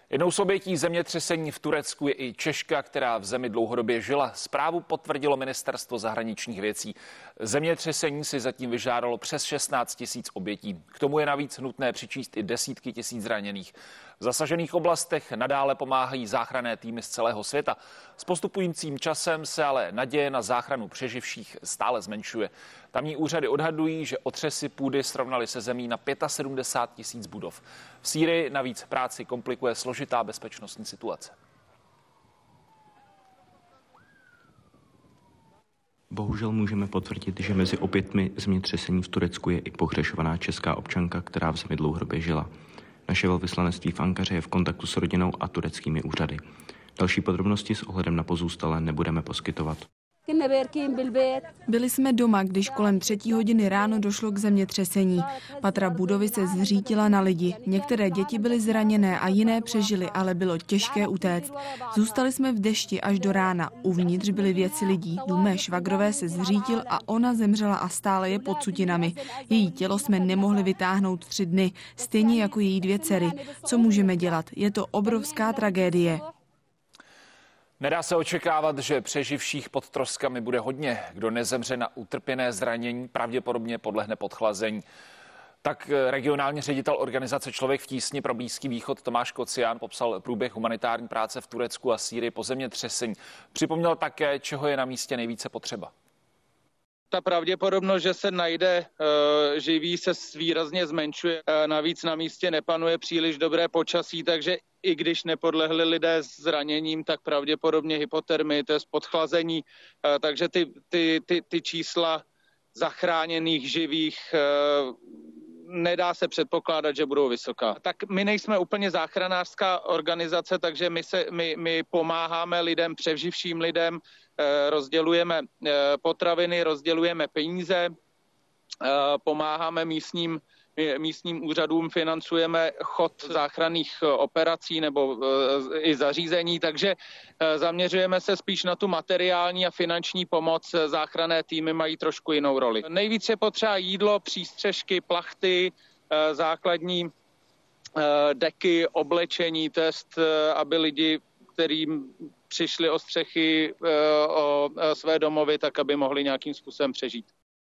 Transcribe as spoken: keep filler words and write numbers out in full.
Jednou z obětí zemětřesení v Turecku je i Češka, která v zemi dlouhodobě žila. Zprávu potvrdilo ministerstvo zahraničních věcí. Zemětřesení si zatím vyžádalo přes šestnáct tisíc obětí. K tomu je navíc nutné přičíst i desítky tisíc zraněných. V zasažených oblastech nadále pomáhají záchranné týmy z celého světa. S postupujícím časem se ale naděje na záchranu přeživších stále zmenšuje. Tamní úřady odhadují, že otřesy půdy srovnaly se zemí na sedmdesát pět tisíc budov. V Sýrii navíc práci komplikuje složitá bezpečnostní situace. Bohužel můžeme potvrdit, že mezi oběťmi zemětřesení v Turecku je i pohřešovaná česká občanka, která v zemi dlouhodobě žila. Naše velvyslanectví v Ankaře je v kontaktu s rodinou a tureckými úřady. Další podrobnosti s ohledem na pozůstalé nebudeme poskytovat. Byli jsme doma, když kolem třetí hodiny ráno došlo k zemětřesení. Patra budovy se zřítila na lidi. Některé děti byly zraněné a jiné přežily, ale bylo těžké utéct. Zůstali jsme v dešti až do rána. Uvnitř byly věci lidí. Dům mé švagrové se zřítil a ona zemřela a stále je pod sutinami. Její tělo jsme nemohli vytáhnout tři dny, stejně jako její dvě dcery. Co můžeme dělat? Je to obrovská tragédie. Nedá se očekávat, že přeživších pod troskami bude hodně. Kdo nezemře na utrpěné zranění, pravděpodobně podlehne podchlazení. Tak regionální ředitel organizace Člověk v tísni pro Blízký východ Tomáš Kocián popsal průběh humanitární práce v Turecku a Sýrii po zemětřesení. Připomněl také, čeho je na místě nejvíce potřeba. Ta pravděpodobnost, že se najde uh, živý, se výrazně zmenšuje. Uh, navíc na místě nepanuje příliš dobré počasí, takže i když nepodlehli lidé s zraněním, tak pravděpodobně hypotermie, to je podchlazení. Uh, takže ty, ty, ty, ty čísla zachráněných živých uh, nedá se předpokládat, že budou vysoká. Tak my nejsme úplně záchranářská organizace, takže my, se, my, my pomáháme lidem, přeživším lidem, rozdělujeme potraviny, rozdělujeme peníze, pomáháme místním, místním úřadům, financujeme chod záchranných operací nebo i zařízení, takže zaměřujeme se spíš na tu materiální a finanční pomoc. Záchranné týmy mají trošku jinou roli. Nejvíc je potřeba jídlo, přístřežky, plachty, základní deky, oblečení, test, aby lidi, kterým přišli o střechy, o své domovy, tak aby mohli nějakým způsobem přežít.